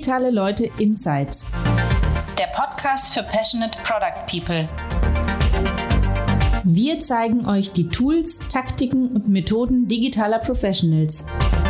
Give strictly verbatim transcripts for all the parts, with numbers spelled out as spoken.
Digitale Leute Insights. Der Podcast für Passionate Product People. Wir zeigen euch die Tools, Taktiken und Methoden digitaler Professionals.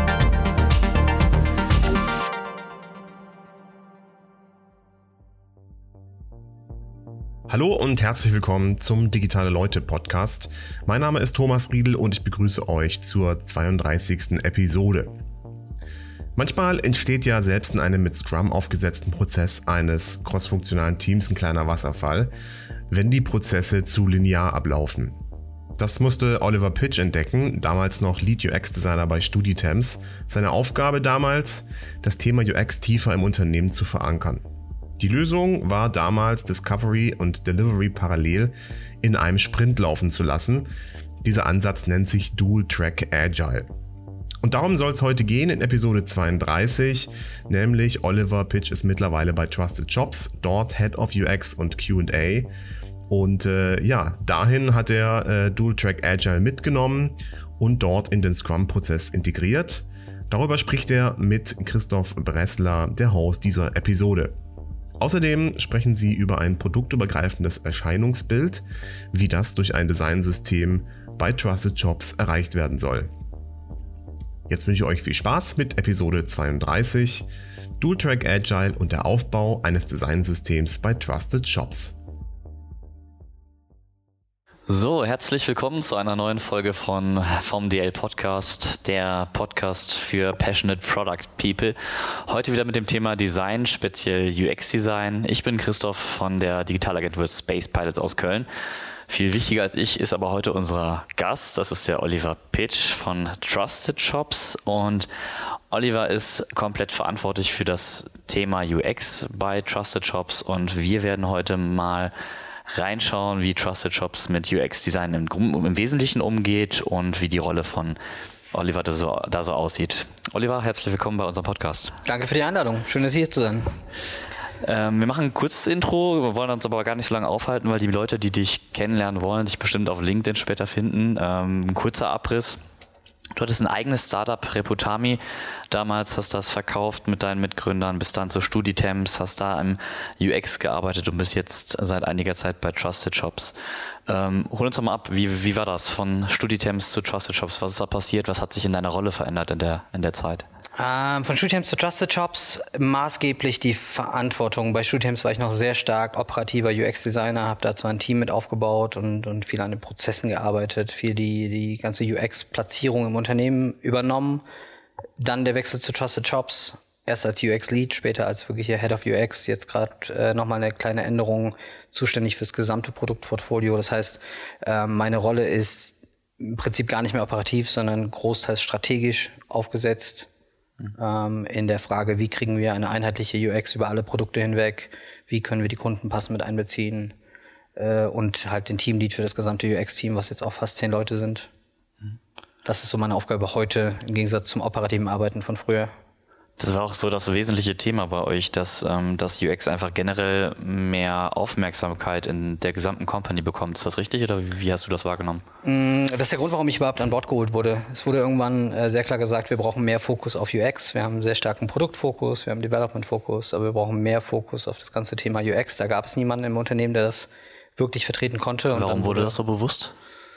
Hallo und herzlich willkommen zum Digitale Leute Podcast. Mein Name ist Thomas Riedl und ich begrüße euch zur zweiunddreißigsten Episode. Manchmal entsteht ja selbst in einem mit Scrum aufgesetzten Prozess eines crossfunktionalen Teams ein kleiner Wasserfall, wenn die Prozesse zu linear ablaufen. Das musste Oliver Pitch entdecken, damals noch Lead U X-Designer bei Studitemps. Seine Aufgabe damals, das Thema U X tiefer im Unternehmen zu verankern. Die Lösung war damals, Discovery und Delivery parallel in einem Sprint laufen zu lassen. Dieser Ansatz nennt sich Dual Track Agile. Und darum soll es heute gehen in Episode zweiunddreißig, nämlich Oliver Pitch ist mittlerweile bei Trusted Jobs, dort Head of U X und Q and A. Und äh, ja, dahin hat er äh, Dual Track Agile mitgenommen und dort in den Scrum-Prozess integriert. Darüber spricht er mit Christoph Bressler, der Host dieser Episode. Außerdem sprechen sie über ein produktübergreifendes Erscheinungsbild, wie das durch ein Designsystem bei Trusted Jobs erreicht werden soll. Jetzt wünsche ich euch viel Spaß mit Episode zweiunddreißig, Dual Track Agile und der Aufbau eines Designsystems bei Trusted Jobs. So, herzlich willkommen zu einer neuen Folge von vom D L Podcast, der Podcast für Passionate Product People. Heute wieder mit dem Thema Design, speziell U X-Design. Ich bin Christoph von der Digitalagentur Space Pilots aus Köln. Viel wichtiger als ich ist aber heute unser Gast, das ist der Oliver Pitch von Trusted Jobs. Und Oliver ist komplett verantwortlich für das Thema U X bei Trusted Jobs und wir werden heute mal reinschauen, wie Trusted Jobs mit U X-Design im, im Wesentlichen umgeht und wie die Rolle von Oliver da so, da so aussieht. Oliver, herzlich willkommen bei unserem Podcast. Danke für die Einladung. Schön, dass Sie hier zu sein. Ähm, wir machen ein kurzes Intro, wir wollen uns aber gar nicht so lange aufhalten, weil die Leute, die dich kennenlernen wollen, dich bestimmt auf LinkedIn später finden. Ähm, ein kurzer Abriss. Du hattest ein eigenes Startup, Reputami. Damals hast du das verkauft mit deinen Mitgründern, bis dann zu Studitemps, hast da im U X gearbeitet und bist jetzt seit einiger Zeit bei Trusted Jobs. Ähm, hol uns doch mal ab, wie, wie war das von Studitemps zu Trusted Jobs? Was ist da passiert? Was hat sich in deiner Rolle verändert in der, in der Zeit? Ähm, von Studitemps zu Trusted Jobs maßgeblich die Verantwortung. Bei Studitemps war ich noch sehr stark operativer U X-Designer, habe da zwar ein Team mit aufgebaut und, und viel an den Prozessen gearbeitet, viel die, die ganze U X-Platzierung im Unternehmen übernommen. Dann der Wechsel zu Trusted Jobs, erst als U X-Lead, später als wirklicher Head of U X, jetzt gerade äh, nochmal eine kleine Änderung, zuständig fürs gesamte Produktportfolio. Das heißt, äh, meine Rolle ist im Prinzip gar nicht mehr operativ, sondern großteils strategisch aufgesetzt. Mhm. In der Frage, wie kriegen wir eine einheitliche U X über alle Produkte hinweg, wie können wir die Kunden passend mit einbeziehen äh, und halt den Teamlead für das gesamte U X-Team, was jetzt auch fast zehn Leute sind. Mhm. Das ist so meine Aufgabe heute im Gegensatz zum operativen Arbeiten von früher. Das war auch so das wesentliche Thema bei euch, dass ähm, das U X einfach generell mehr Aufmerksamkeit in der gesamten Company bekommt. Ist das richtig oder wie hast du das wahrgenommen? Das ist der Grund, warum ich überhaupt an Bord geholt wurde. Es wurde irgendwann äh, sehr klar gesagt, wir brauchen mehr Fokus auf U X. Wir haben einen sehr starken Produktfokus, wir haben Development-Fokus, aber wir brauchen mehr Fokus auf das ganze Thema U X. Da gab es niemanden im Unternehmen, der das wirklich vertreten konnte. Und warum wurde das so bewusst?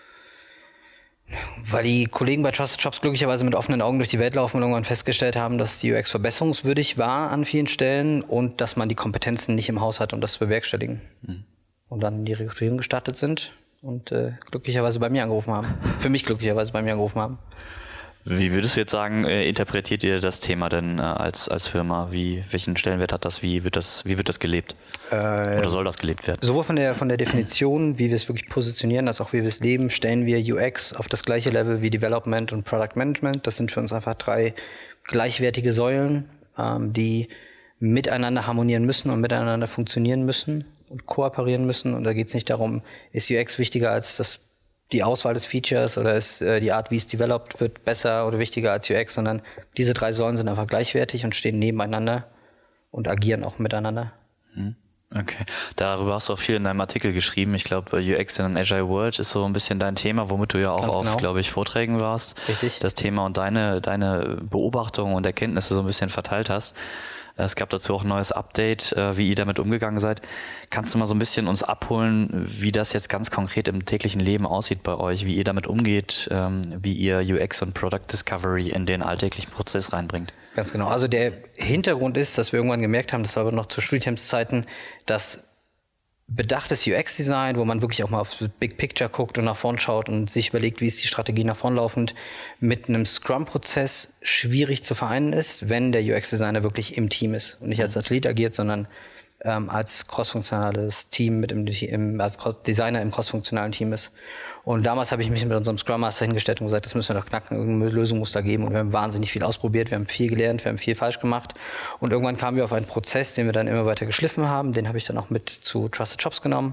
Weil die Kollegen bei Trusted Jobs glücklicherweise mit offenen Augen durch die Welt laufen und irgendwann festgestellt haben, dass die U X verbesserungswürdig war an vielen Stellen und dass man die Kompetenzen nicht im Haus hat, um das zu bewerkstelligen. Mhm. Und dann in die Rekrutierung gestartet sind und äh, glücklicherweise bei mir angerufen haben. Für mich glücklicherweise bei mir angerufen haben. Wie würdest du jetzt sagen, äh, interpretiert ihr das Thema denn äh, als, als Firma? Wie, welchen Stellenwert hat das? Wie wird das, wie wird das gelebt? Äh, Oder soll das gelebt werden? Sowohl von der, von der Definition, wie wir es wirklich positionieren, als auch wie wir es leben, stellen wir U X auf das gleiche Level wie Development und Product Management. Das sind für uns einfach drei gleichwertige Säulen, ähm, die miteinander harmonieren müssen und miteinander funktionieren müssen und kooperieren müssen. Und da geht es nicht darum, ist U X wichtiger als das die Auswahl des Features oder ist äh, die Art, wie es developed wird, besser oder wichtiger als U X, sondern diese drei Säulen sind einfach gleichwertig und stehen nebeneinander und agieren auch miteinander. Okay, darüber hast du auch viel in deinem Artikel geschrieben. Ich glaube, U X in an Agile World ist so ein bisschen dein Thema, womit du ja auch Ganz auf, genau. glaube ich, Vorträgen warst. Richtig. Das Thema und deine, deine Beobachtungen und Erkenntnisse so ein bisschen verteilt hast. Es gab dazu auch ein neues Update, wie ihr damit umgegangen seid. Kannst du mal so ein bisschen uns abholen, wie das jetzt ganz konkret im täglichen Leben aussieht bei euch, wie ihr damit umgeht, wie ihr U X und Product Discovery in den alltäglichen Prozess reinbringt? Ganz genau. Also der Hintergrund ist, dass wir irgendwann gemerkt haben, das war aber noch zu Studiezeiten, dass bedachtes U X-Design, wo man wirklich auch mal auf das Big Picture guckt und nach vorn schaut und sich überlegt, wie ist die Strategie nach vorn laufend, mit einem Scrum-Prozess schwierig zu vereinen ist, wenn der U X-Designer wirklich im Team ist und nicht als Athlet agiert, sondern ähm, als crossfunktionales Team, mit im, im, als Cross Designer im crossfunktionalen Team ist. Und damals habe ich mich mit unserem Scrum Master hingestellt und gesagt, das müssen wir doch knacken, irgendeine Lösung muss da geben. Und wir haben wahnsinnig viel ausprobiert, wir haben viel gelernt, wir haben viel falsch gemacht. Und irgendwann kamen wir auf einen Prozess, den wir dann immer weiter geschliffen haben. Den habe ich dann auch mit zu Trusted Shops genommen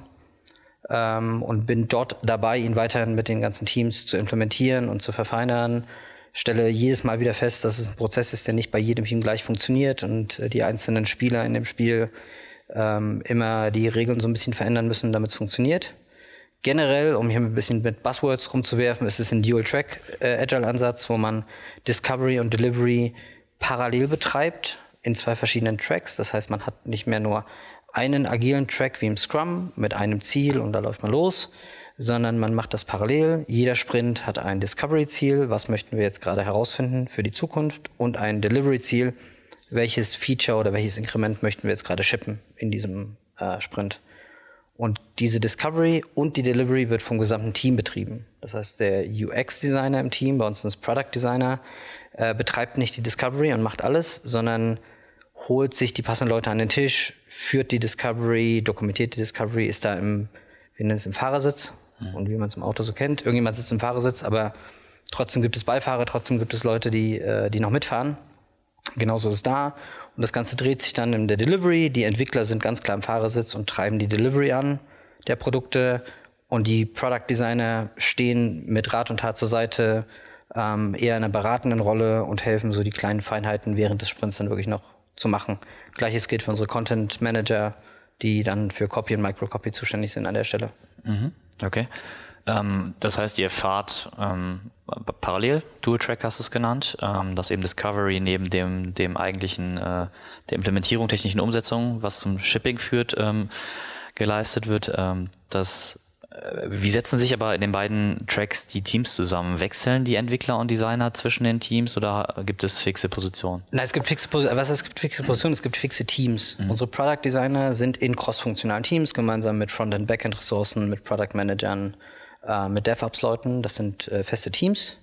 ähm, und bin dort dabei, ihn weiterhin mit den ganzen Teams zu implementieren und zu verfeinern. Stelle jedes Mal wieder fest, dass es ein Prozess ist, der nicht bei jedem Team gleich funktioniert und äh, die einzelnen Spieler in dem Spiel ähm, immer die Regeln so ein bisschen verändern müssen, damit es funktioniert. Generell, um hier ein bisschen mit Buzzwords rumzuwerfen, ist es ein Dual-Track-Agile-Ansatz, wo man Discovery und Delivery parallel betreibt in zwei verschiedenen Tracks. Das heißt, man hat nicht mehr nur einen agilen Track wie im Scrum mit einem Ziel und da läuft man los, sondern man macht das parallel. Jeder Sprint hat ein Discovery-Ziel, was möchten wir jetzt gerade herausfinden für die Zukunft, und ein Delivery-Ziel, welches Feature oder welches Inkrement möchten wir jetzt gerade shippen in diesem äh, Sprint. Und diese Discovery und die Delivery wird vom gesamten Team betrieben. Das heißt, der U X-Designer im Team, bei uns ist es Product-Designer, äh, betreibt nicht die Discovery und macht alles, sondern holt sich die passenden Leute an den Tisch, führt die Discovery, dokumentiert die Discovery, ist da im, wir nennen es im Fahrersitz, mhm. und wie man es im Auto so kennt. Irgendjemand sitzt im Fahrersitz, aber trotzdem gibt es Beifahrer, trotzdem gibt es Leute, die, äh, die noch mitfahren. Genauso ist es da. Und das Ganze dreht sich dann in der Delivery. Die Entwickler sind ganz klar im Fahrersitz und treiben die Delivery an der Produkte. Und die Product Designer stehen mit Rat und Tat zur Seite, ähm, eher in einer beratenden Rolle und helfen so die kleinen Feinheiten während des Sprints dann wirklich noch zu machen. Gleiches gilt für unsere Content Manager, die dann für Copy und Microcopy zuständig sind an der Stelle. Mhm. Okay. Ähm, das heißt, ihr fahrt ähm, parallel, Dual Track hast du es genannt, ähm, dass eben Discovery neben dem, dem eigentlichen, äh, der Implementierung, technischen Umsetzung, was zum Shipping führt, ähm, geleistet wird. Ähm, das, äh, wie setzen sich aber in den beiden Tracks die Teams zusammen? Wechseln die Entwickler und Designer zwischen den Teams oder gibt es fixe Positionen? Nein, es gibt fixe Positionen, was, es gibt fixe Positionen, es gibt fixe Teams. Mhm. Unsere Product Designer sind in cross-funktionalen Teams, gemeinsam mit Front- und Backend-Ressourcen, mit Product Managern, mit DevOps-Leuten, das sind äh, feste Teams.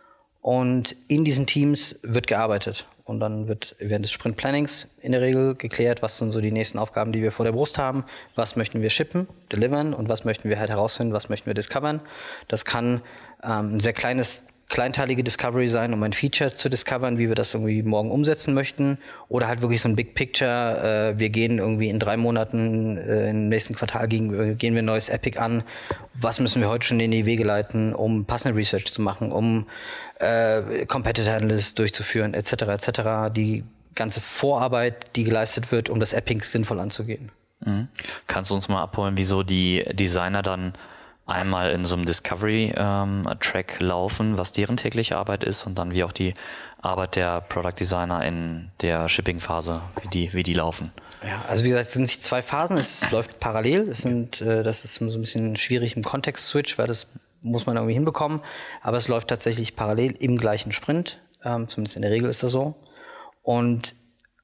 Und in diesen Teams wird gearbeitet. Und dann wird während des Sprint-Plannings in der Regel geklärt, was sind so die nächsten Aufgaben, die wir vor der Brust haben, was möchten wir shippen, delivern und was möchten wir halt herausfinden, was möchten wir discovern. Das kann ähm, ein sehr kleines, kleinteilige Discovery sein, um ein Feature zu discovern, wie wir das irgendwie morgen umsetzen möchten. Oder halt wirklich so ein Big Picture. Äh, wir gehen irgendwie in drei Monaten, äh, im nächsten Quartal gehen, äh, gehen wir ein neues Epic an. Was müssen wir heute schon in die Wege leiten, um passende Research zu machen, um äh, Competitor Analysis durchzuführen, et cetera, et cetera. Die ganze Vorarbeit, die geleistet wird, um das Epic sinnvoll anzugehen. Mhm. Kannst du uns mal abholen, wieso die Designer dann einmal in so einem Discovery-Track ähm, laufen, was deren tägliche Arbeit ist, und dann wie auch die Arbeit der Product Designer in der Shipping-Phase, wie die, wie die laufen? Ja, also wie gesagt, es sind nicht zwei Phasen, es, es läuft parallel. Es sind, äh, das ist so ein bisschen schwierig im Kontext-Switch, weil das muss man irgendwie hinbekommen. Aber es läuft tatsächlich parallel im gleichen Sprint, ähm, zumindest in der Regel ist das so. Und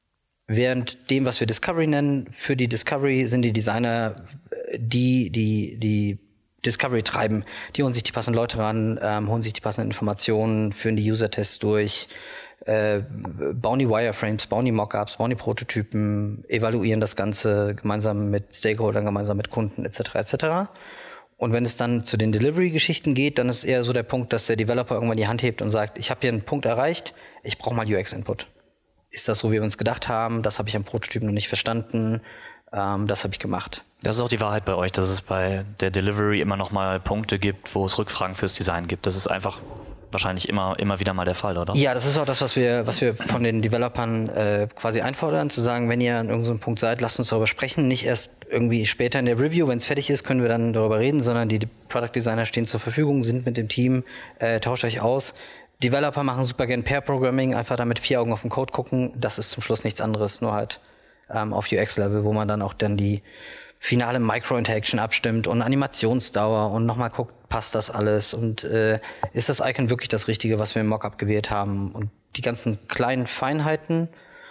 während dem, was wir Discovery nennen, für die Discovery sind die Designer die, die, die Discovery treiben. Die holen sich die passenden Leute ran, ähm, holen sich die passenden Informationen, führen die User-Tests durch, äh, bauen die Wireframes, bauen die Mockups, bauen die Prototypen, evaluieren das Ganze gemeinsam mit Stakeholdern, gemeinsam mit Kunden et cetera et cetera. Und wenn es dann zu den Delivery-Geschichten geht, dann ist eher so der Punkt, dass der Developer irgendwann die Hand hebt und sagt, ich habe hier einen Punkt erreicht, ich brauche mal U X-Input. Ist das so, wie wir uns gedacht haben? Das habe ich am Prototyp noch nicht verstanden. Ähm, das habe ich gemacht. Das ist auch die Wahrheit bei euch, dass es bei der Delivery immer noch mal Punkte gibt, wo es Rückfragen fürs Design gibt. Das ist einfach wahrscheinlich immer, immer wieder mal der Fall, oder? Ja, das ist auch das, was wir, was wir von den Developern äh, quasi einfordern, zu sagen, wenn ihr an irgendeinem Punkt seid, lasst uns darüber sprechen. Nicht erst irgendwie später in der Review, wenn es fertig ist, können wir dann darüber reden, sondern die Product Designer stehen zur Verfügung, sind mit dem Team, äh, tauscht euch aus. Developer machen super gern Pair-Programming, einfach damit vier Augen auf den Code gucken. Das ist zum Schluss nichts anderes, nur halt ähm, auf U X-Level, wo man dann auch dann die finale Micro-Interaction abstimmt und Animationsdauer und nochmal guckt, passt das alles und äh, ist das Icon wirklich das Richtige, was wir im Mockup gewählt haben. Und die ganzen kleinen Feinheiten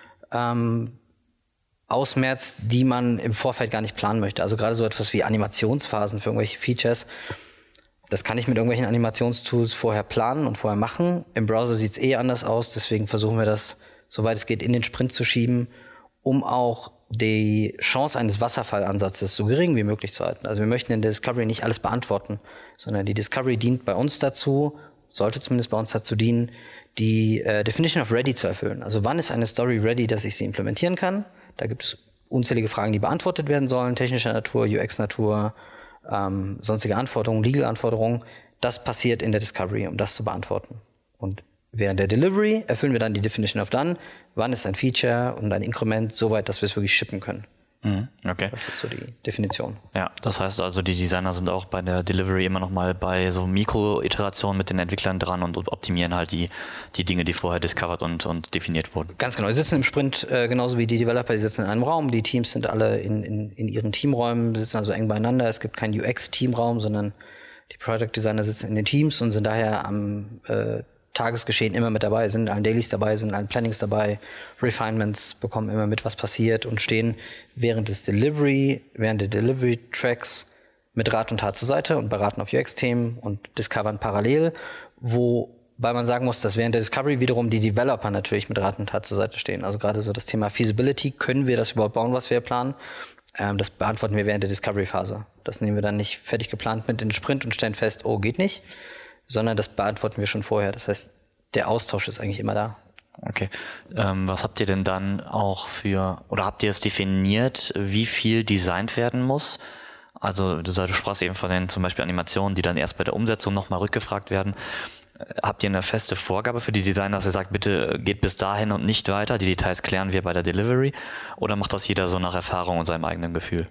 ähm, ausmerzt, die man im Vorfeld gar nicht planen möchte. Also gerade so etwas wie Animationsphasen für irgendwelche Features. Das kann ich mit irgendwelchen Animationstools vorher planen und vorher machen. Im Browser sieht es eh anders aus, deswegen versuchen wir das, soweit es geht, in den Sprint zu schieben, um auch die Chance eines Wasserfallansatzes so gering wie möglich zu halten. Also wir möchten in der Discovery nicht alles beantworten, sondern die Discovery dient bei uns dazu, sollte zumindest bei uns dazu dienen, die äh, Definition of Ready zu erfüllen. Also wann ist eine Story ready, dass ich sie implementieren kann? Da gibt es unzählige Fragen, die beantwortet werden sollen, technischer Natur, U X-Natur, Ähm, sonstige Anforderungen, Legal-Anforderungen, das passiert in der Discovery, um das zu beantworten. Und während der Delivery erfüllen wir dann die Definition of Done, wann ist ein Feature und ein Inkrement so weit, dass wir es wirklich shippen können. Mhm, okay. Das ist so die Definition. Ja, das heißt also, die Designer sind auch bei der Delivery immer noch mal bei so Mikro-Iterationen mit den Entwicklern dran und optimieren halt die, die Dinge, die vorher discovered und, und definiert wurden. Ganz genau. Die sitzen im Sprint äh, genauso wie die Developer, die sitzen in einem Raum. Die Teams sind alle in, in, in ihren Teamräumen, sitzen also eng beieinander. Es gibt keinen U X-Teamraum, sondern die Product Designer sitzen in den Teams und sind daher am äh, Tagesgeschehen immer mit dabei, sind in allen Dailies dabei, sind in allen Plannings dabei, Refinements, bekommen immer mit, was passiert und stehen während des Delivery, während der Delivery-Tracks mit Rat und Tat zur Seite und beraten auf U X-Themen und discovern parallel, wobei man sagen muss, dass während der Discovery wiederum die Developer natürlich mit Rat und Tat zur Seite stehen. Also gerade so das Thema Feasibility, können wir das überhaupt bauen, was wir planen? Ähm, das beantworten wir während der Discovery-Phase. Das nehmen wir dann nicht fertig geplant mit in den Sprint und stellen fest, oh, geht nicht, sondern das beantworten wir schon vorher. Das heißt, der Austausch ist eigentlich immer da. Okay. Ähm, was habt ihr denn dann auch für, oder habt ihr es definiert, wie viel designt werden muss? Also du, du sprachst eben von den zum Beispiel Animationen, die dann erst bei der Umsetzung nochmal rückgefragt werden. Habt ihr eine feste Vorgabe für die Designer, dass ihr sagt, bitte geht bis dahin und nicht weiter, die Details klären wir bei der Delivery? Oder macht das jeder so nach Erfahrung und seinem eigenen Gefühl?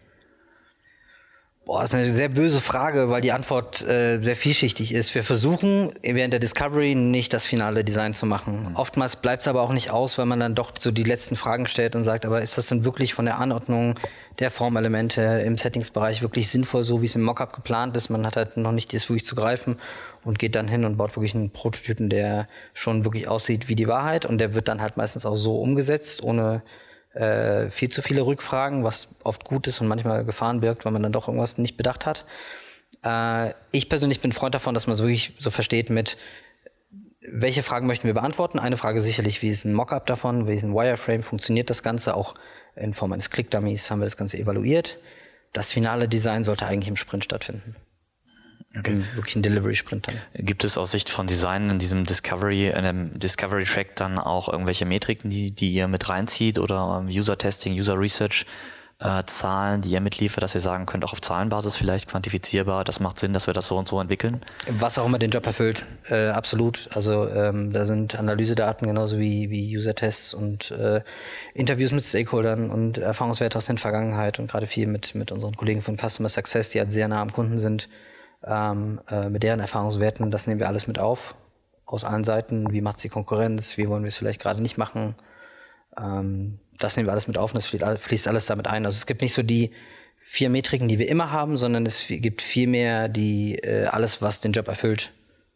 Boah, das ist eine sehr böse Frage, weil die Antwort äh, sehr vielschichtig ist. Wir versuchen während der Discovery nicht das finale Design zu machen. Mhm. Oftmals bleibt es aber auch nicht aus, weil man dann doch so die letzten Fragen stellt und sagt, aber ist das denn wirklich von der Anordnung der Formelemente im Settingsbereich wirklich sinnvoll, so wie es im Mockup geplant ist? Man hat halt noch nicht das wirklich zu greifen und geht dann hin und baut wirklich einen Prototypen, der schon wirklich aussieht wie die Wahrheit und der wird dann halt meistens auch so umgesetzt, ohne Äh, viel zu viele Rückfragen, was oft gut ist und manchmal Gefahren birgt, weil man dann doch irgendwas nicht bedacht hat. Äh, ich persönlich bin Freund davon, dass man es wirklich so versteht mit, welche Fragen möchten wir beantworten. Eine Frage sicherlich, wie ist ein Mockup davon, wie ist ein Wireframe, funktioniert das Ganze? Auch in Form eines Click-Dummies haben wir das Ganze evaluiert. Das finale Design sollte eigentlich im Sprint stattfinden. Okay. Im wirklichen Delivery-Sprint dann. Gibt es aus Sicht von Design in diesem Discovery, in dem Discovery-Track dann auch irgendwelche Metriken, die, die ihr mit reinzieht oder User-Testing, User-Research, äh, Zahlen, die ihr mitliefert, dass ihr sagen könnt, auch auf Zahlenbasis vielleicht quantifizierbar, das macht Sinn, dass wir das so und so entwickeln? Was auch immer den Job erfüllt, äh, absolut. Also ähm, da sind Analysedaten genauso wie, wie User-Tests und äh, Interviews mit Stakeholdern und Erfahrungswerte aus der Vergangenheit und gerade viel mit, mit unseren Kollegen von Customer Success, die halt sehr nah am Kunden sind. Ähm, äh, mit deren Erfahrungswerten, das nehmen wir alles mit auf, aus allen Seiten. Wie macht die Konkurrenz, wie wollen wir es vielleicht gerade nicht machen. Ähm, das nehmen wir alles mit auf und das fließt alles damit ein. Also es gibt nicht so die vier Metriken, die wir immer haben, sondern es gibt vielmehr die, äh, alles, was den Job erfüllt,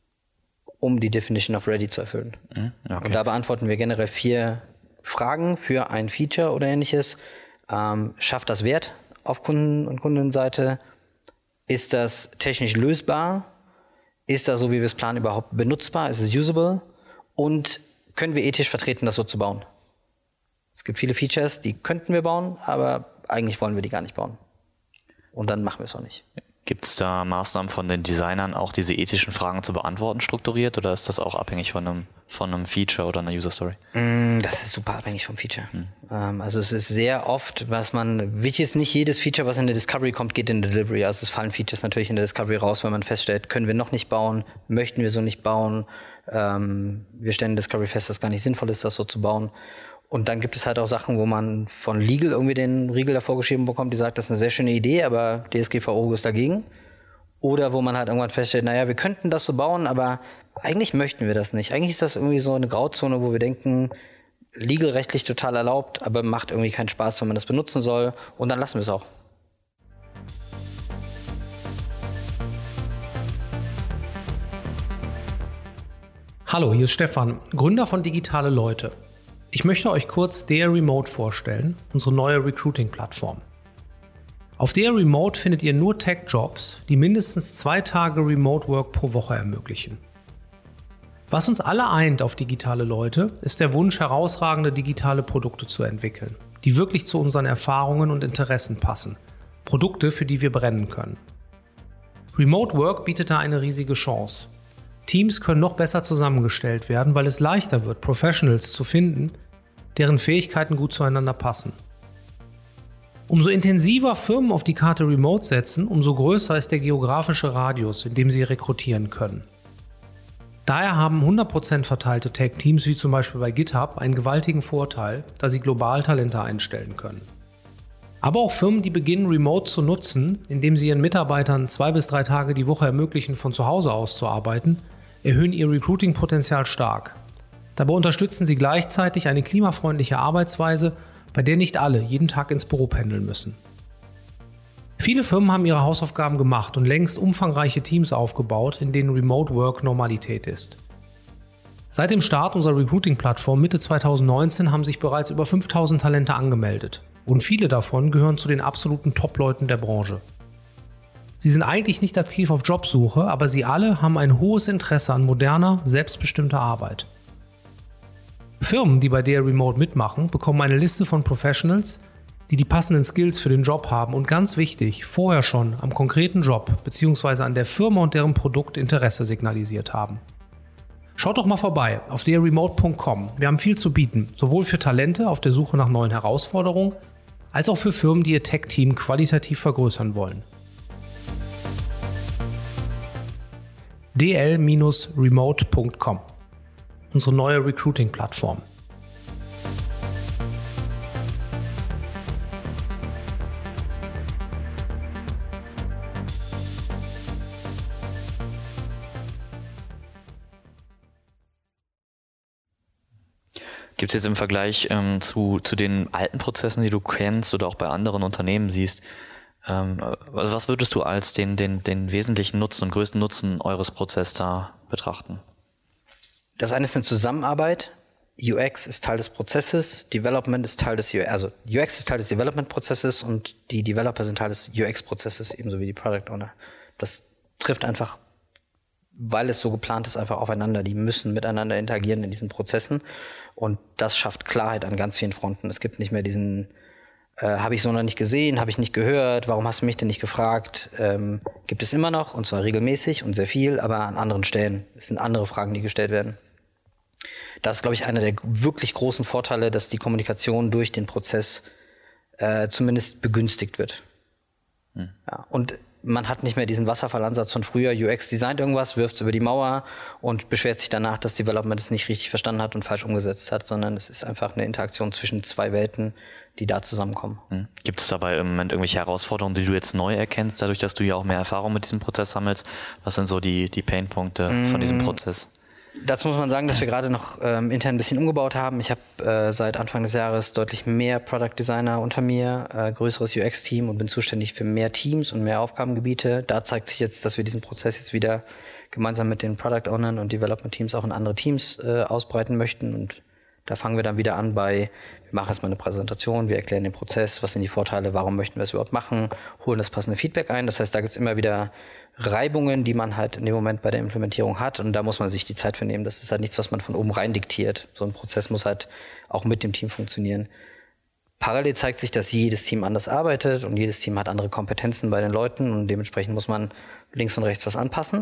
um die Definition of Ready zu erfüllen. Mhm, okay. Und da beantworten wir generell vier Fragen für ein Feature oder ähnliches. Ähm, schafft das Wert auf Kunden- und Kundenseite? Ist das technisch lösbar? Ist das, so wie wir es planen, überhaupt benutzbar? Ist es usable? Und können wir ethisch vertreten, das so zu bauen? Es gibt viele Features, die könnten wir bauen, aber eigentlich wollen wir die gar nicht bauen. Und dann machen wir es auch nicht. Gibt es da Maßnahmen von den Designern, auch diese ethischen Fragen zu beantworten, strukturiert? Oder ist das auch abhängig von einem, von einem Feature oder einer User Story? Das ist super abhängig vom Feature. Hm. Also es ist sehr oft, was man, wichtig ist, nicht jedes Feature, was in der Discovery kommt, geht in der Delivery. Also es fallen Features natürlich in der Discovery raus, wenn man feststellt, können wir noch nicht bauen, möchten wir so nicht bauen. Ähm, wir stellen in der Discovery fest, dass es gar nicht sinnvoll ist, das so zu bauen. Und dann gibt es halt auch Sachen, wo man von Legal irgendwie den Riegel davor geschrieben bekommt, die sagt, das ist eine sehr schöne Idee, aber D S G V O ist dagegen. Oder wo man halt irgendwann feststellt, naja, wir könnten das so bauen, aber eigentlich möchten wir das nicht. Eigentlich ist das irgendwie so eine Grauzone, wo wir denken, legalrechtlich total erlaubt, aber macht irgendwie keinen Spaß, wenn man das benutzen soll. Und dann lassen wir es auch. Hallo, hier ist Stefan, Gründer von Digitale Leute. Ich möchte euch kurz D R Remote vorstellen, unsere neue Recruiting-Plattform. Auf D R Remote findet ihr nur Tech-Jobs, die mindestens zwei Tage Remote-Work pro Woche ermöglichen. Was uns alle eint auf Digitale Leute, ist der Wunsch, herausragende digitale Produkte zu entwickeln, die wirklich zu unseren Erfahrungen und Interessen passen. Produkte, für die wir brennen können. Remote Work bietet da eine riesige Chance. Teams können noch besser zusammengestellt werden, weil es leichter wird, Professionals zu finden, deren Fähigkeiten gut zueinander passen. Umso intensiver Firmen auf die Karte Remote setzen, umso größer ist der geografische Radius, in dem sie rekrutieren können. Daher haben hundert Prozent verteilte Tech-Teams wie zum Beispiel bei GitHub einen gewaltigen Vorteil, da sie global Talente einstellen können. Aber auch Firmen, die beginnen, Remote zu nutzen, indem sie ihren Mitarbeitern zwei bis drei Tage die Woche ermöglichen, von zu Hause aus zu arbeiten, erhöhen ihr Recruiting-Potenzial stark. Dabei unterstützen sie gleichzeitig eine klimafreundliche Arbeitsweise, bei der nicht alle jeden Tag ins Büro pendeln müssen. Viele Firmen haben ihre Hausaufgaben gemacht und längst umfangreiche Teams aufgebaut, in denen Remote Work Normalität ist. Seit dem Start unserer Recruiting-Plattform Mitte zweitausendneunzehn haben sich bereits über fünftausend Talente angemeldet und viele davon gehören zu den absoluten Top-Leuten der Branche. Sie sind eigentlich nicht aktiv auf Jobsuche, aber sie alle haben ein hohes Interesse an moderner, selbstbestimmter Arbeit. Firmen, die bei D R Remote mitmachen, bekommen eine Liste von Professionals, die die passenden Skills für den Job haben und ganz wichtig, vorher schon am konkreten Job bzw. an der Firma und deren Produkt Interesse signalisiert haben. Schaut doch mal vorbei auf d r remote punkt com. Wir haben viel zu bieten, sowohl für Talente auf der Suche nach neuen Herausforderungen, als auch für Firmen, die ihr Tech-Team qualitativ vergrößern wollen. d l remote punkt com, unsere neue Recruiting-Plattform. Gibt es jetzt im Vergleich ähm, zu, zu den alten Prozessen, die du kennst oder auch bei anderen Unternehmen siehst, ähm, was würdest du als den, den, den wesentlichen Nutzen und größten Nutzen eures Prozesses da betrachten? Das eine ist eine Zusammenarbeit. U X ist Teil des Prozesses, Development ist Teil des U X, also U X ist Teil des Development-Prozesses und die Developer sind Teil des U X-Prozesses, ebenso wie die Product Owner. Das trifft einfach, weil es so geplant ist, einfach aufeinander. Die müssen miteinander interagieren in diesen Prozessen und das schafft Klarheit an ganz vielen Fronten. Es gibt nicht mehr diesen, äh, habe ich so noch nicht gesehen, habe ich nicht gehört, warum hast du mich denn nicht gefragt? Ähm, gibt es immer noch, und zwar regelmäßig und sehr viel, aber an anderen Stellen. Es sind andere Fragen, die gestellt werden. Das ist, glaube ich, einer der wirklich großen Vorteile, dass die Kommunikation durch den Prozess äh, zumindest begünstigt wird. Hm. Ja, und man hat nicht mehr diesen Wasserfallansatz von früher. U X designt irgendwas, wirft es über die Mauer und beschwert sich danach, dass Development es nicht richtig verstanden hat und falsch umgesetzt hat, sondern es ist einfach eine Interaktion zwischen zwei Welten, die da zusammenkommen. Hm. Gibt es dabei im Moment irgendwelche Herausforderungen, die du jetzt neu erkennst, dadurch, dass du ja auch mehr Erfahrung mit diesem Prozess sammelst? Was sind so die, die Painpunkte mm. von diesem Prozess? Dazu muss man sagen, dass wir gerade noch ähm, intern ein bisschen umgebaut haben. Ich habe äh, seit Anfang des Jahres deutlich mehr Product Designer unter mir, äh, größeres U X-Team und bin zuständig für mehr Teams und mehr Aufgabengebiete. Da zeigt sich jetzt, dass wir diesen Prozess jetzt wieder gemeinsam mit den Product Ownern und Development Teams auch in andere Teams äh, ausbreiten möchten. Und da fangen wir dann wieder an bei, wir machen erstmal eine Präsentation, wir erklären den Prozess, was sind die Vorteile, warum möchten wir es überhaupt machen, holen das passende Feedback ein. Das heißt, da gibt es immer wieder Reibungen, die man halt in dem Moment bei der Implementierung hat und da muss man sich die Zeit für nehmen. Das ist halt nichts, was man von oben rein diktiert. So ein Prozess muss halt auch mit dem Team funktionieren. Parallel zeigt sich, dass jedes Team anders arbeitet und jedes Team hat andere Kompetenzen bei den Leuten und dementsprechend muss man links und rechts was anpassen.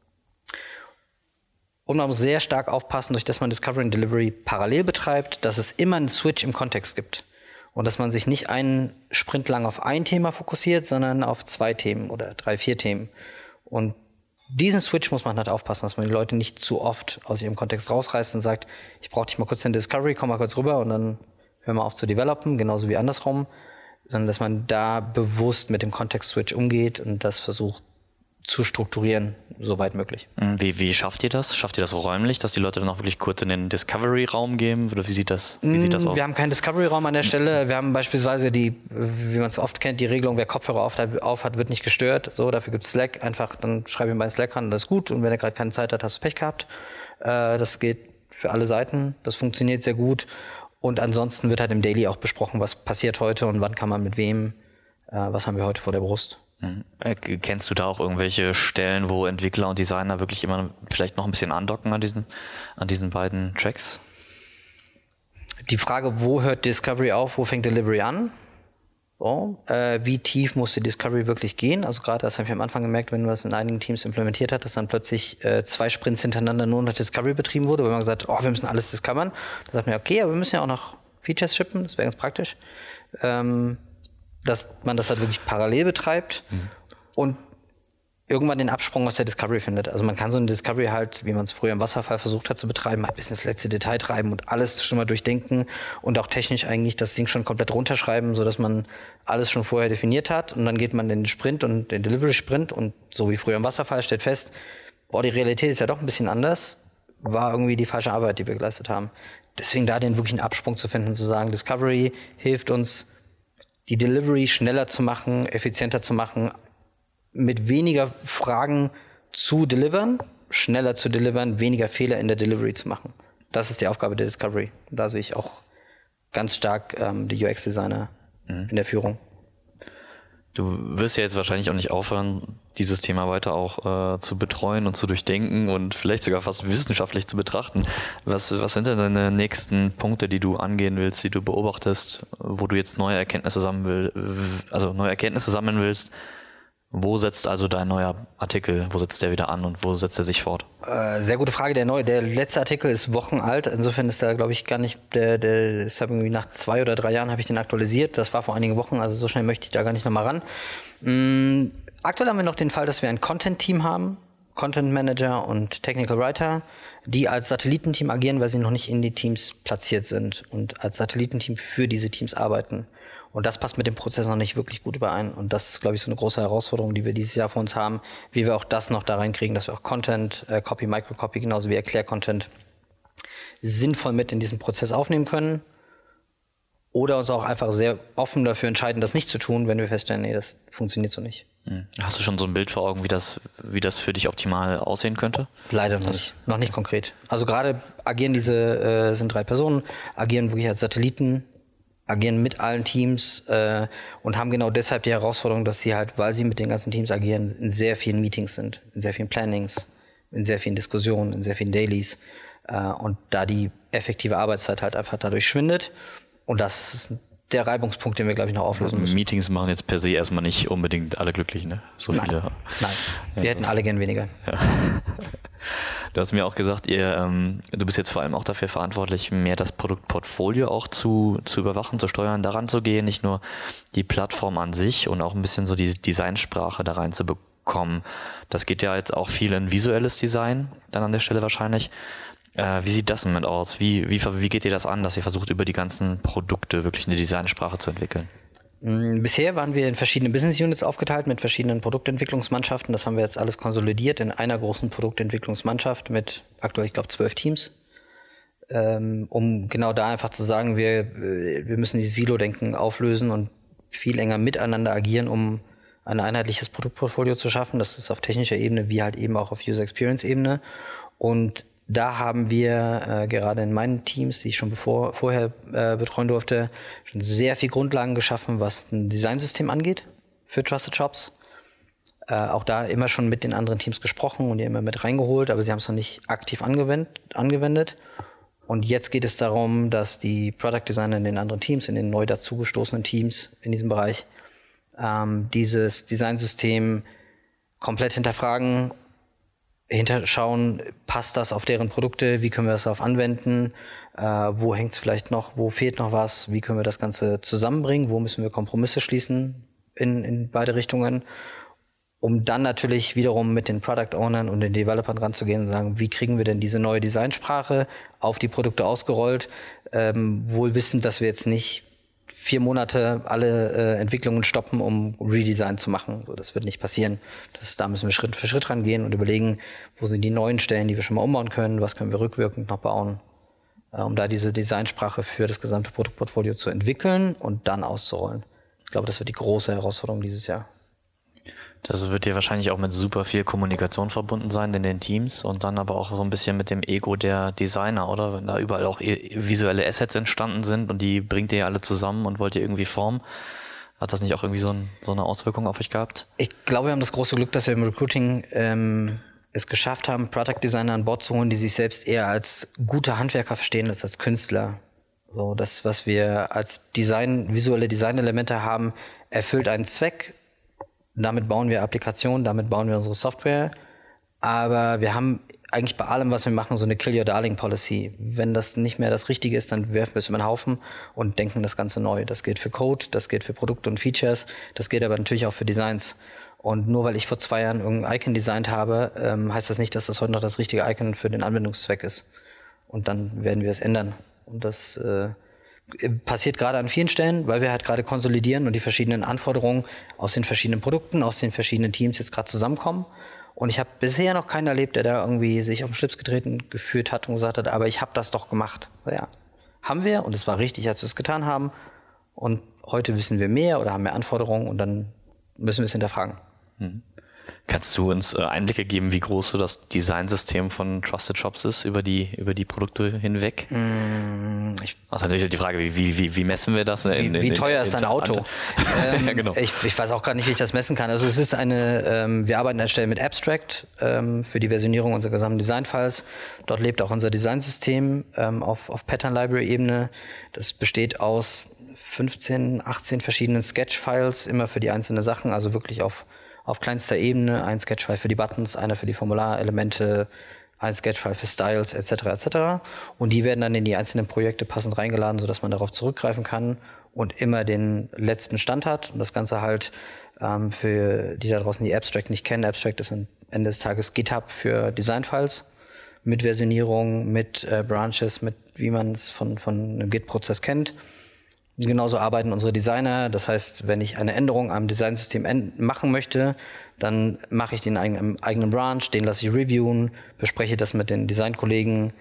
Und man muss sehr stark aufpassen, durch dass man Discovery und Delivery parallel betreibt, dass es immer einen Switch im Kontext gibt. Und dass man sich nicht einen Sprint lang auf ein Thema fokussiert, sondern auf zwei Themen oder drei, vier Themen. Und diesen Switch muss man halt aufpassen, dass man die Leute nicht zu oft aus ihrem Kontext rausreißt und sagt, ich brauche dich mal kurz in Discovery, komm mal kurz rüber und dann hör mal auf zu developen, genauso wie andersrum. Sondern dass man da bewusst mit dem Kontext-Switch umgeht und das versucht zu strukturieren, soweit möglich. Wie, wie schafft ihr das? Schafft ihr das räumlich, dass die Leute dann auch wirklich kurz in den Discovery-Raum gehen? Oder wie sieht das, wie sieht das aus? Wir haben keinen Discovery-Raum an der Stelle. Wir haben beispielsweise die, wie man es oft kennt, die Regelung, wer Kopfhörer auf, auf hat, wird nicht gestört. So, dafür gibt es Slack. Einfach, dann schreibe ich ihm bei Slack an, das ist gut. Und wenn er gerade keine Zeit hat, hast du Pech gehabt. Äh, das geht für alle Seiten. Das funktioniert sehr gut. Und ansonsten wird halt im Daily auch besprochen, was passiert heute und wann kann man mit wem, äh, was haben wir heute vor der Brust. Kennst du da auch irgendwelche Stellen, wo Entwickler und Designer wirklich immer vielleicht noch ein bisschen andocken an diesen, an diesen beiden Tracks? Die Frage, wo hört Discovery auf, wo fängt Delivery an? So, äh, wie tief muss die Discovery wirklich gehen? Also gerade das habe ich am Anfang gemerkt, wenn man das in einigen Teams implementiert hat, dass dann plötzlich äh, zwei Sprints hintereinander nur noch Discovery betrieben wurde, weil man gesagt hat, oh, wir müssen alles discovern. Da sagt man, okay, aber wir müssen ja auch noch Features shippen, das wäre ganz praktisch. Ähm, dass man das halt wirklich parallel betreibt mhm. und irgendwann den Absprung aus der Discovery findet. Also man kann so eine Discovery halt, wie man es früher im Wasserfall versucht hat zu betreiben, halt bis ins letzte Detail treiben und alles schon mal durchdenken und auch technisch eigentlich das Ding schon komplett runterschreiben, sodass man alles schon vorher definiert hat und dann geht man in den Sprint und den Delivery-Sprint und so wie früher im Wasserfall stellt fest, boah, die Realität ist ja doch ein bisschen anders, war irgendwie die falsche Arbeit, die wir geleistet haben. Deswegen da den wirklichen Absprung zu finden und zu sagen, Discovery hilft uns, die Delivery schneller zu machen, effizienter zu machen, mit weniger Fragen zu delivern, schneller zu delivern, weniger Fehler in der Delivery zu machen. Das ist die Aufgabe der Discovery. Da sehe ich auch ganz stark ähm, die U X-Designer mhm. in der Führung. Du wirst ja jetzt wahrscheinlich auch nicht aufhören, dieses Thema weiter auch äh, zu betreuen und zu durchdenken und vielleicht sogar fast wissenschaftlich zu betrachten. Was, was sind denn deine nächsten Punkte, die du angehen willst, die du beobachtest, wo du jetzt neue Erkenntnisse sammeln will, also neue Erkenntnisse sammeln willst? Wo setzt also dein neuer Artikel, wo setzt der wieder an und wo setzt er sich fort? Äh, sehr gute Frage. Der neue, der letzte Artikel ist Wochen alt. Insofern ist da, glaube ich, gar nicht, der, der ist irgendwie nach zwei oder drei Jahren habe ich den aktualisiert. Das war vor einigen Wochen, also so schnell möchte ich da gar nicht nochmal ran. Mm, aktuell haben wir noch den Fall, dass wir ein Content-Team haben, Content Manager und Technical Writer, die als Satellitenteam agieren, weil sie noch nicht in die Teams platziert sind und als Satellitenteam für diese Teams arbeiten. Und das passt mit dem Prozess noch nicht wirklich gut überein. Und das ist, glaube ich, so eine große Herausforderung, die wir dieses Jahr vor uns haben, wie wir auch das noch da reinkriegen, dass wir auch Content, äh, Copy, Microcopy, genauso wie Erklär-Content sinnvoll mit in diesen Prozess aufnehmen können. Oder uns auch einfach sehr offen dafür entscheiden, das nicht zu tun, wenn wir feststellen, nee, das funktioniert so nicht. Hast du schon so ein Bild vor Augen, wie das, wie das für dich optimal aussehen könnte? Leider noch nicht. Noch nicht konkret. Also gerade agieren diese, äh, sind drei Personen, agieren wirklich als Satelliten, agieren mit allen Teams äh, und haben genau deshalb die Herausforderung, dass sie halt, weil sie mit den ganzen Teams agieren, in sehr vielen Meetings sind, in sehr vielen Plannings, in sehr vielen Diskussionen, in sehr vielen Dailies äh, und da die effektive Arbeitszeit halt einfach dadurch schwindet und das ist der Reibungspunkt, den wir, glaube ich, noch auflösen müssen. Meetings machen jetzt per se erstmal nicht unbedingt alle glücklich, ne? So Nein. viele. Nein, wir ja, hätten alle gern weniger. Ja. Du hast mir auch gesagt, ihr, ähm, du bist jetzt vor allem auch dafür verantwortlich, mehr das Produktportfolio auch zu, zu überwachen, zu steuern, daran zu gehen, nicht nur die Plattform an sich und auch ein bisschen so die Designsprache da reinzubekommen. Das geht ja jetzt auch viel in visuelles Design, dann an der Stelle wahrscheinlich. Äh, wie sieht das im Moment aus? Wie, wie, wie geht ihr das an, dass ihr versucht, über die ganzen Produkte wirklich eine Designsprache zu entwickeln? Bisher waren wir in verschiedene Business Units aufgeteilt mit verschiedenen Produktentwicklungsmannschaften. Das haben wir jetzt alles konsolidiert in einer großen Produktentwicklungsmannschaft mit aktuell, ich glaube, zwölf Teams. Ähm, um genau da einfach zu sagen, wir, wir müssen die Silo-Denken auflösen und viel enger miteinander agieren, um ein einheitliches Produktportfolio zu schaffen. Das ist auf technischer Ebene wie halt eben auch auf User-Experience-Ebene. Und da haben wir äh, gerade in meinen Teams, die ich schon bevor, vorher äh, betreuen durfte, schon sehr viel Grundlagen geschaffen, was ein Designsystem angeht für Trusted Shops. Äh, auch da immer schon mit den anderen Teams gesprochen und die immer mit reingeholt, aber sie haben es noch nicht aktiv angewendet, angewendet. Und jetzt geht es darum, dass die Product Designer in den anderen Teams, in den neu dazugestoßenen Teams in diesem Bereich, ähm, dieses Designsystem komplett hinterfragen, hinterschauen, passt das auf deren Produkte, wie können wir das darauf anwenden, äh, wo hängt es vielleicht noch, wo fehlt noch was, wie können wir das Ganze zusammenbringen, wo müssen wir Kompromisse schließen in, in beide Richtungen, um dann natürlich wiederum mit den Product Ownern und den Developern ranzugehen und sagen, wie kriegen wir denn diese neue Designsprache auf die Produkte ausgerollt, ähm, wohl wissend, dass wir jetzt nicht vier Monate alle äh, Entwicklungen stoppen, um Redesign zu machen. So, das wird nicht passieren. Das, da müssen wir Schritt für Schritt rangehen und überlegen, wo sind die neuen Stellen, die wir schon mal umbauen können, was können wir rückwirkend noch bauen, äh, um da diese Designsprache für das gesamte Produktportfolio zu entwickeln und dann auszurollen. Ich glaube, das wird die große Herausforderung dieses Jahr. Das wird dir wahrscheinlich auch mit super viel Kommunikation verbunden sein in den Teams und dann aber auch so ein bisschen mit dem Ego der Designer, oder? Wenn da überall auch visuelle Assets entstanden sind und die bringt ihr ja alle zusammen und wollt ihr irgendwie formen. Hat das nicht auch irgendwie so, ein, so eine Auswirkung auf euch gehabt? Ich glaube, wir haben das große Glück, dass wir im Recruiting ähm, es geschafft haben, Product Designer an Bord zu holen, die sich selbst eher als gute Handwerker verstehen als als Künstler. So, das, was wir als Design, visuelle Designelemente haben, erfüllt einen Zweck. Damit bauen wir Applikationen, damit bauen wir unsere Software. Aber wir haben eigentlich bei allem, was wir machen, so eine Kill Your Darling Policy. Wenn das nicht mehr das Richtige ist, dann werfen wir es über den Haufen und denken das Ganze neu. Das gilt für Code, das gilt für Produkte und Features, das gilt aber natürlich auch für Designs. Und nur weil ich vor zwei Jahren irgendein Icon designt habe, ähm, heißt das nicht, dass das heute noch das richtige Icon für den Anwendungszweck ist. Und dann werden wir es ändern. Und das äh, passiert gerade an vielen Stellen, weil wir halt gerade konsolidieren und die verschiedenen Anforderungen aus den verschiedenen Produkten, aus den verschiedenen Teams jetzt gerade zusammenkommen. Und ich habe bisher noch keinen erlebt, der da irgendwie sich auf den Schlips getreten gefühlt hat und gesagt hat, aber ich habe das doch gemacht. Ja, haben wir und es war richtig, als wir es getan haben. Und heute wissen wir mehr oder haben mehr Anforderungen und dann müssen wir es hinterfragen. Hm. Kannst du uns Einblicke geben, wie groß so das Designsystem von Trusted Shops ist über die, über die Produkte hinweg? Mm, ich, also natürlich die Frage, wie, wie, wie messen wir das? Wie, in, in, wie teuer in, ist ein Auto? ähm, ja, genau. ich, ich weiß auch gar nicht, wie ich das messen kann. Also es ist eine, ähm, wir arbeiten an der Stelle mit Abstract ähm, für die Versionierung unserer gesamten Designfiles. Dort lebt auch unser Designsystem ähm, auf, auf Pattern-Library-Ebene. Das besteht aus fünfzehn, achtzehn verschiedenen Sketch-Files, immer für die einzelnen Sachen, also wirklich auf auf kleinster Ebene, ein Sketchfile für die Buttons, einer für die Formularelemente, ein Sketchfile für Styles et cetera et cetera. Und die werden dann in die einzelnen Projekte passend reingeladen, sodass man darauf zurückgreifen kann und immer den letzten Stand hat. Und das Ganze halt ähm, für die da draußen, die Abstract nicht kennen. Abstract ist am Ende des Tages GitHub für Designfiles mit Versionierung, mit äh, Branches, mit wie man es von, von einem Git-Prozess kennt. Genauso arbeiten unsere Designer. Das heißt, wenn ich eine Änderung am Designsystem machen möchte, dann mache ich den in einem eigenen Branch, den lasse ich reviewen, bespreche das mit den Designkollegen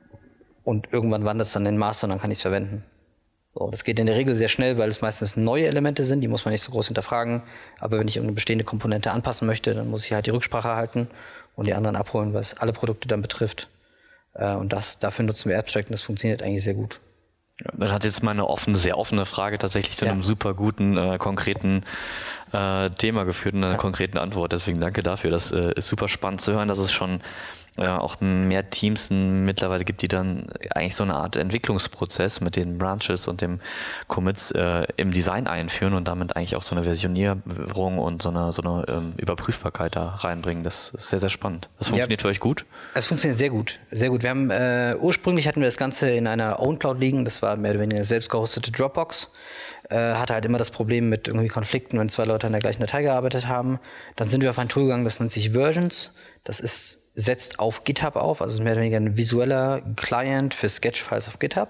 und irgendwann wandert es dann in den Master und dann kann ich es verwenden. So, das geht in der Regel sehr schnell, weil es meistens neue Elemente sind, die muss man nicht so groß hinterfragen. Aber wenn ich irgendeine bestehende Komponente anpassen möchte, dann muss ich halt die Rücksprache halten und die anderen abholen, was alle Produkte dann betrifft. Und das, dafür nutzen wir Abstract und das funktioniert eigentlich sehr gut. Ja, dann hat jetzt meine offene, sehr offene Frage tatsächlich zu ja. einem super guten, äh, konkreten äh, Thema geführt und einer ja. konkreten Antwort. Deswegen danke dafür. Das äh, ist super spannend zu hören, dass es schon äh, auch mehr Teams mittlerweile gibt, die dann eigentlich so eine Art Entwicklungsprozess mit den Branches und dem Commits äh, im Design einführen und damit eigentlich auch so eine Versionierung und so eine, so eine ähm, Überprüfbarkeit da reinbringen. Das ist sehr, sehr spannend. Das funktioniert ja. für euch gut? Es funktioniert sehr gut, sehr gut. Wir haben äh, ursprünglich hatten wir das Ganze in einer Own Cloud liegen. Das war mehr oder weniger selbst gehostete Dropbox. Äh, hatte halt immer das Problem mit irgendwie Konflikten, wenn zwei Leute an der gleichen Datei gearbeitet haben. Dann sind wir auf ein Tool gegangen, das nennt sich Versions. Das ist setzt auf GitHub auf, also ist mehr oder weniger ein visueller Client für Sketch-Files auf GitHub,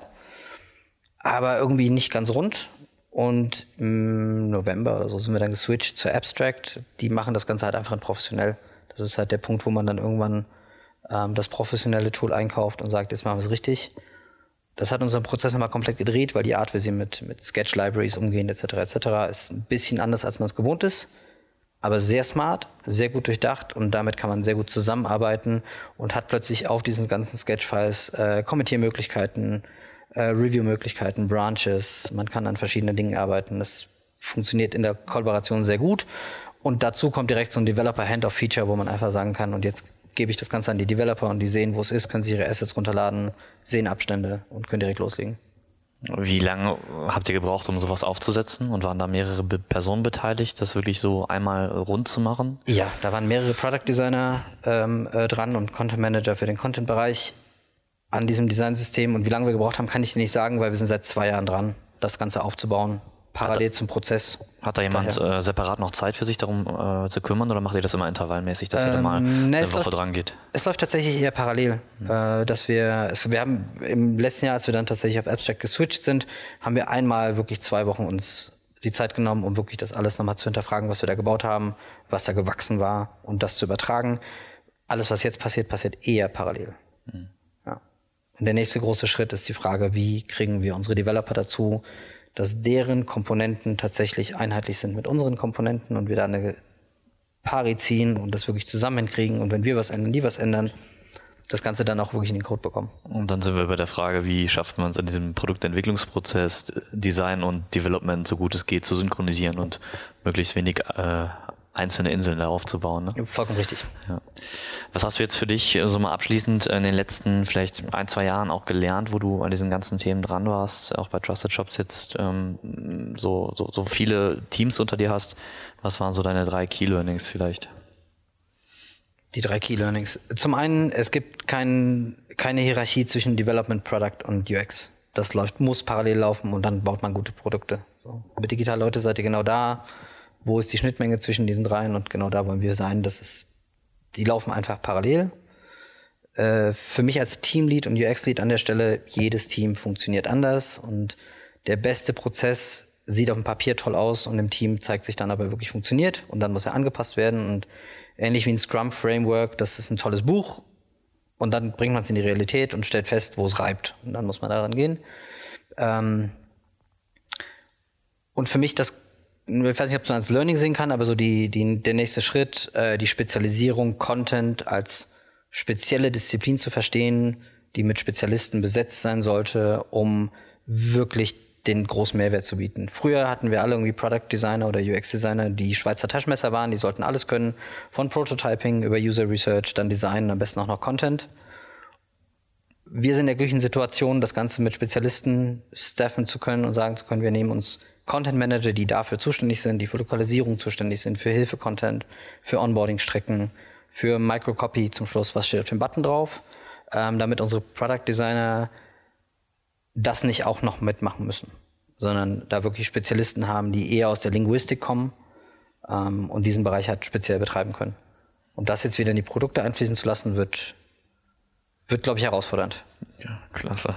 aber irgendwie nicht ganz rund. Und im November oder so sind wir dann geswitcht zu Abstract. Die machen das Ganze halt einfach professionell. Das ist halt der Punkt, wo man dann irgendwann ähm, das professionelle Tool einkauft und sagt, jetzt machen wir es richtig. Das hat unseren Prozess nochmal komplett gedreht, weil die Art, wie sie mit, mit Sketch-Libraries umgehen et cetera et cetera ist ein bisschen anders, als man es gewohnt ist. Aber sehr smart, sehr gut durchdacht und damit kann man sehr gut zusammenarbeiten und hat plötzlich auf diesen ganzen Sketch-Files äh, Kommentiermöglichkeiten, äh, Review-Möglichkeiten, Branches. Man kann an verschiedenen Dingen arbeiten. Das funktioniert in der Kollaboration sehr gut. Und dazu kommt direkt so ein Developer-Handoff-Feature, wo man einfach sagen kann, und jetzt gebe ich das Ganze an die Developer und die sehen, wo es ist, können sich ihre Assets runterladen, sehen Abstände und können direkt loslegen. Wie lange habt ihr gebraucht, um sowas aufzusetzen? Und waren da mehrere Be- Personen beteiligt, das wirklich so einmal rund zu machen? Ja, da waren mehrere Product Designer ähm, äh, dran und Content Manager für den Content-Bereich an diesem Designsystem. Und wie lange wir gebraucht haben, kann ich dir nicht sagen, weil wir sind seit zwei Jahren dran, das Ganze aufzubauen, parallel zum Prozess. Hat da jemand äh, separat noch Zeit für sich darum äh, zu kümmern oder macht ihr das immer intervallmäßig, dass ähm, ihr da mal ne, eine Woche läuft, dran geht? Es läuft tatsächlich eher parallel. Mhm. Äh, dass wir, es, wir haben im letzten Jahr, als wir dann tatsächlich auf Abstract geswitcht sind, haben wir einmal wirklich zwei Wochen uns die Zeit genommen, um wirklich das alles nochmal zu hinterfragen, was wir da gebaut haben, was da gewachsen war und das zu übertragen. Alles, was jetzt passiert, passiert eher parallel. Mhm. Ja. Und der nächste große Schritt ist die Frage, wie kriegen wir unsere Developer dazu, dass deren Komponenten tatsächlich einheitlich sind mit unseren Komponenten und wir da eine Pari ziehen und das wirklich zusammen hinkriegen und wenn wir was ändern, die was ändern, das Ganze dann auch wirklich in den Code bekommen. Und dann sind wir bei der Frage, wie schafft man es in diesem Produktentwicklungsprozess, Design und Development so gut es geht zu synchronisieren und möglichst wenig äh, einzelne Inseln da aufzubauen. Ne? Vollkommen richtig. Ja. Was hast du jetzt für dich so mal abschließend in den letzten vielleicht ein, zwei Jahren auch gelernt, wo du an diesen ganzen Themen dran warst, auch bei Trusted Shops jetzt ähm, so, so, so viele Teams unter dir hast? Was waren so deine drei Key-Learnings vielleicht? Die drei Key-Learnings. Zum einen, es gibt kein, keine Hierarchie zwischen Development, Product und U X. Das läuft, muss parallel laufen und dann baut man gute Produkte. So. Mit Digital Leute seid ihr genau da. Wo ist die Schnittmenge zwischen diesen dreien? Und genau da wollen wir sein. Das ist, die laufen einfach parallel. Äh, für mich als Teamlead und U X-Lead an der Stelle, jedes Team funktioniert anders. Und der beste Prozess sieht auf dem Papier toll aus und im Team zeigt sich dann, ob er wirklich funktioniert. Und dann muss er angepasst werden. Und ähnlich wie ein Scrum-Framework, das ist ein tolles Buch. Und dann bringt man es in die Realität und stellt fest, wo es reibt. Und dann muss man daran gehen. Ähm, und für mich das ich weiß nicht, ob man das als Learning sehen kann, aber so die, die, der nächste Schritt, äh, die Spezialisierung, Content als spezielle Disziplin zu verstehen, die mit Spezialisten besetzt sein sollte, um wirklich den großen Mehrwert zu bieten. Früher hatten wir alle irgendwie Product Designer oder U X Designer, die Schweizer Taschenmesser waren, die sollten alles können, von Prototyping über User Research, dann Design, am besten auch noch Content. Wir sind in der glücklichen Situation, das Ganze mit Spezialisten staffen zu können und sagen zu können, wir nehmen uns Content Manager, die dafür zuständig sind, die für Lokalisierung zuständig sind, für Hilfe-Content, für Onboarding-Strecken, für Microcopy zum Schluss, was steht auf dem Button drauf, ähm, damit unsere Product Designer das nicht auch noch mitmachen müssen, sondern da wirklich Spezialisten haben, die eher aus der Linguistik kommen ähm, und diesen Bereich halt speziell betreiben können. Und das jetzt wieder in die Produkte einfließen zu lassen, wird, wird glaube ich, herausfordernd. Ja, klasse.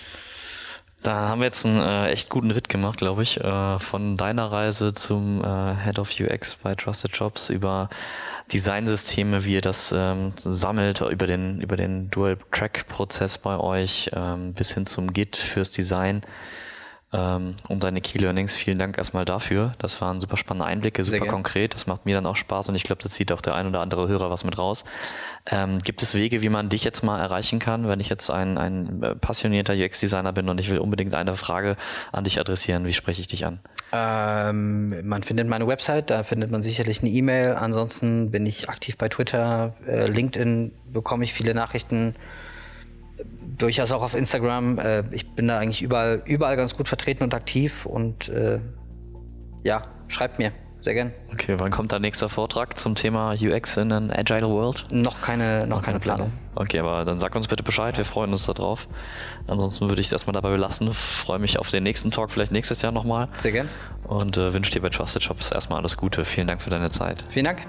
Da haben wir jetzt einen äh, echt guten Ritt gemacht, glaube ich, äh, von deiner Reise zum äh, Head of U X bei Trusted Shops über Designsysteme, wie ihr das ähm, sammelt, über den über den Dual-Track-Prozess bei euch ähm, bis hin zum Git fürs Design ähm, und deine Key-Learnings. Vielen Dank erstmal dafür. Das waren super spannende Einblicke, super konkret. Das macht mir dann auch Spaß und ich glaube, da zieht auch der ein oder andere Hörer was mit raus. Ähm, gibt es Wege, wie man dich jetzt mal erreichen kann, wenn ich jetzt ein, ein passionierter U X-Designer bin und ich will unbedingt eine Frage an dich adressieren? Wie spreche ich dich an? Ähm, man findet meine Website, da findet man sicherlich eine E-Mail. Ansonsten bin ich aktiv bei Twitter, äh, LinkedIn bekomme ich viele Nachrichten. Durchaus auch auf Instagram. Äh, ich bin da eigentlich überall, überall ganz gut vertreten und aktiv und äh, ja, schreibt mir. Sehr gern. Okay, wann kommt dein nächster Vortrag zum Thema U X in an Agile World? Noch keine, noch, noch keine Planung. Okay, aber dann sag uns bitte Bescheid, wir freuen uns da drauf. Ansonsten würde ich es erstmal dabei belassen. Freue mich auf den nächsten Talk, vielleicht nächstes Jahr nochmal. Sehr gern. Und äh, wünsche dir bei Trusted Shops erstmal alles Gute. Vielen Dank für deine Zeit. Vielen Dank.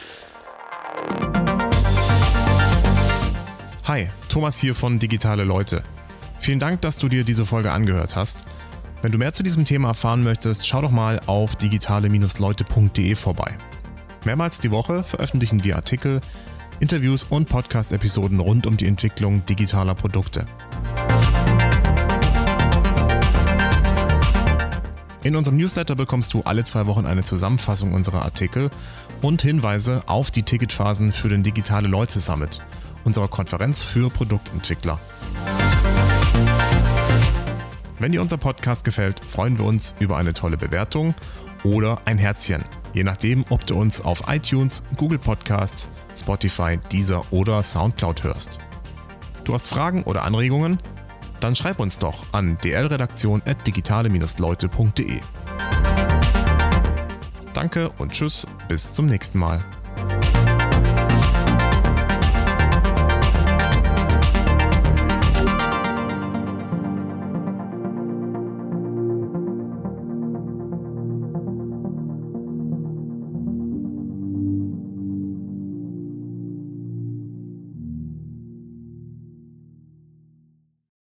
Hi, Thomas hier von Digitale Leute. Vielen Dank, dass du dir diese Folge angehört hast. Wenn du mehr zu diesem Thema erfahren möchtest, schau doch mal auf digitale Leute punkt de vorbei. Mehrmals die Woche veröffentlichen wir Artikel, Interviews und Podcast-Episoden rund um die Entwicklung digitaler Produkte. In unserem Newsletter bekommst du alle zwei Wochen eine Zusammenfassung unserer Artikel und Hinweise auf die Ticketphasen für den Digitale Leute Summit, unserer Konferenz für Produktentwickler. Wenn dir unser Podcast gefällt, freuen wir uns über eine tolle Bewertung oder ein Herzchen, je nachdem, ob du uns auf iTunes, Google Podcasts, Spotify, Deezer oder Soundcloud hörst. Du hast Fragen oder Anregungen? Dann schreib uns doch an d l redaktion at digitale Leute punkt de. Danke und tschüss, bis zum nächsten Mal.